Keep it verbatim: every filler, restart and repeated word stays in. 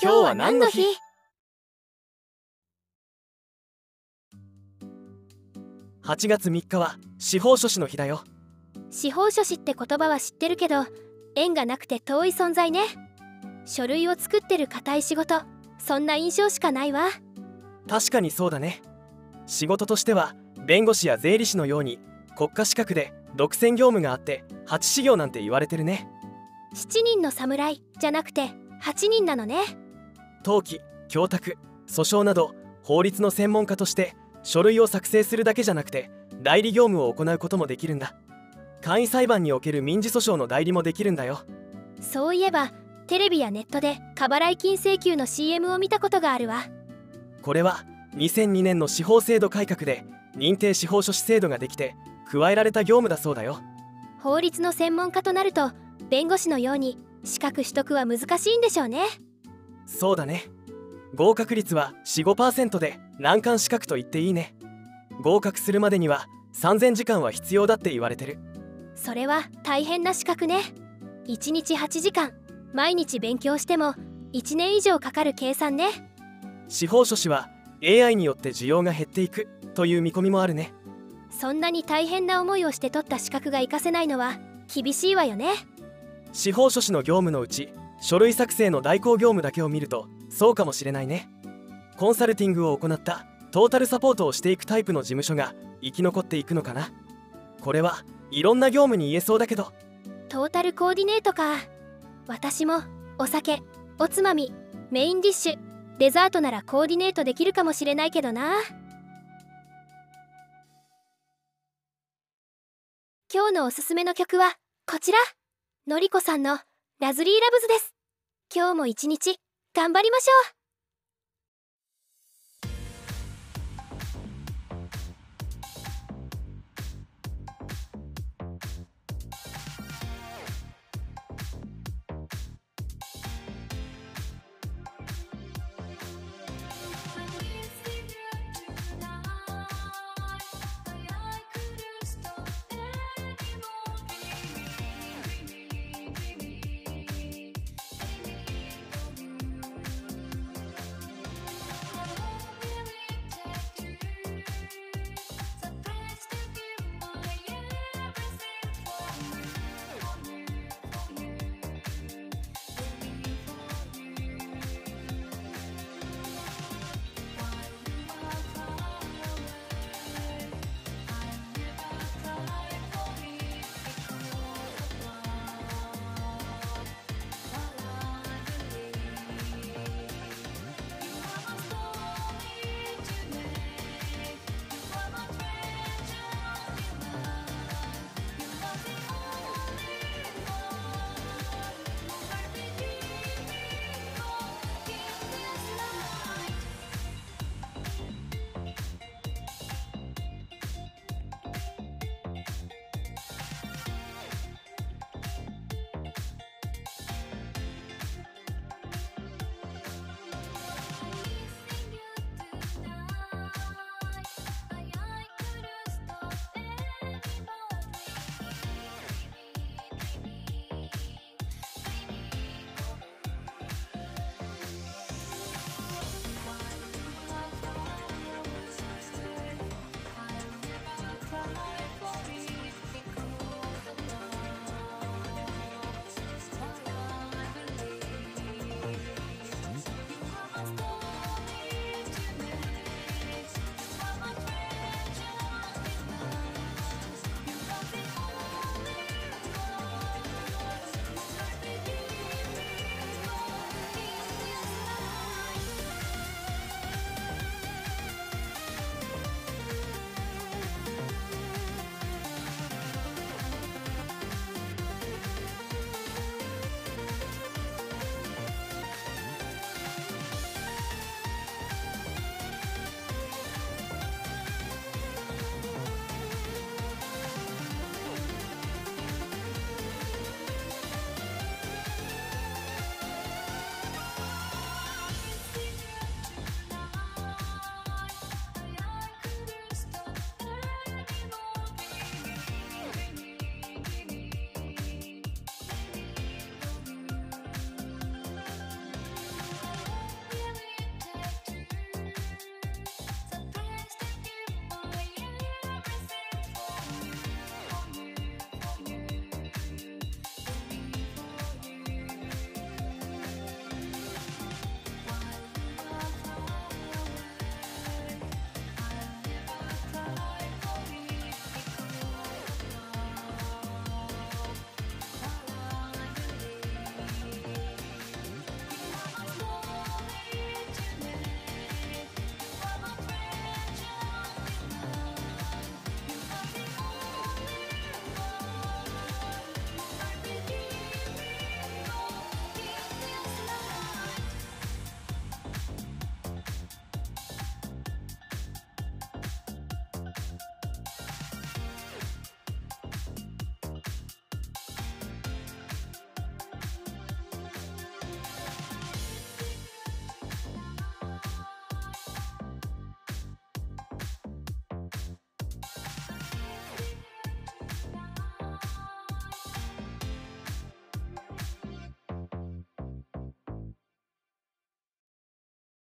今日は何の日？はちがつみっかは司法書士の日だよ。 司法書士って言葉は知ってるけど、縁がなくて遠い存在ね。書類を作ってる固い仕事、そんな印象しかないわ。 確かにそうだね。仕事としては弁護士や税理士のように国家資格で独占業務があって八修行なんて言われてるね。 七人の侍じゃなくて八人なのね。 登記、供託、訴訟など法律の専門家として書類を作成するだけじゃなくて代理業務を行うこともできるんだ。簡易裁判における民事訴訟の代理もできるんだよ。 そういえばテレビやネットで過払い金請求の シーエム を見たことがあるわ。 これはにせんにねんの司法制度改革で認定司法書士制度ができて加えられた業務だそうだよ。 法律の専門家となると弁護士のように資格取得は難しいんでしょうね。 そうだね。合格率は よんじゅうごパーセント で難関資格と言っていいね。合格するまでにはさんぜんじかんは必要だって言われてる。 それは大変な資格ね。いちにちはちじかん、毎日勉強してもいちねん以上かかる計算ね。 司法書士は エーアイ によって需要が減っていくという見込みもあるね。 そんなに大変な思いをして取った資格が活かせないのは厳しいわよね。 司法書士の業務のうち書類作成の代行業務だけを見るとそうかもしれないね。コンサルティングを行ったトータルサポートをしていくタイプの事務所が生き残っていくのかな。これはいろんな業務に言えそうだけど。 トータルコーディネートか。私もお酒、おつまみ、メインディッシュ、デザートならコーディネートできるかもしれないけどな。今日のおすすめの曲はこちら、のりこさんのラズリーラブズです。今日も一日頑張りましょう。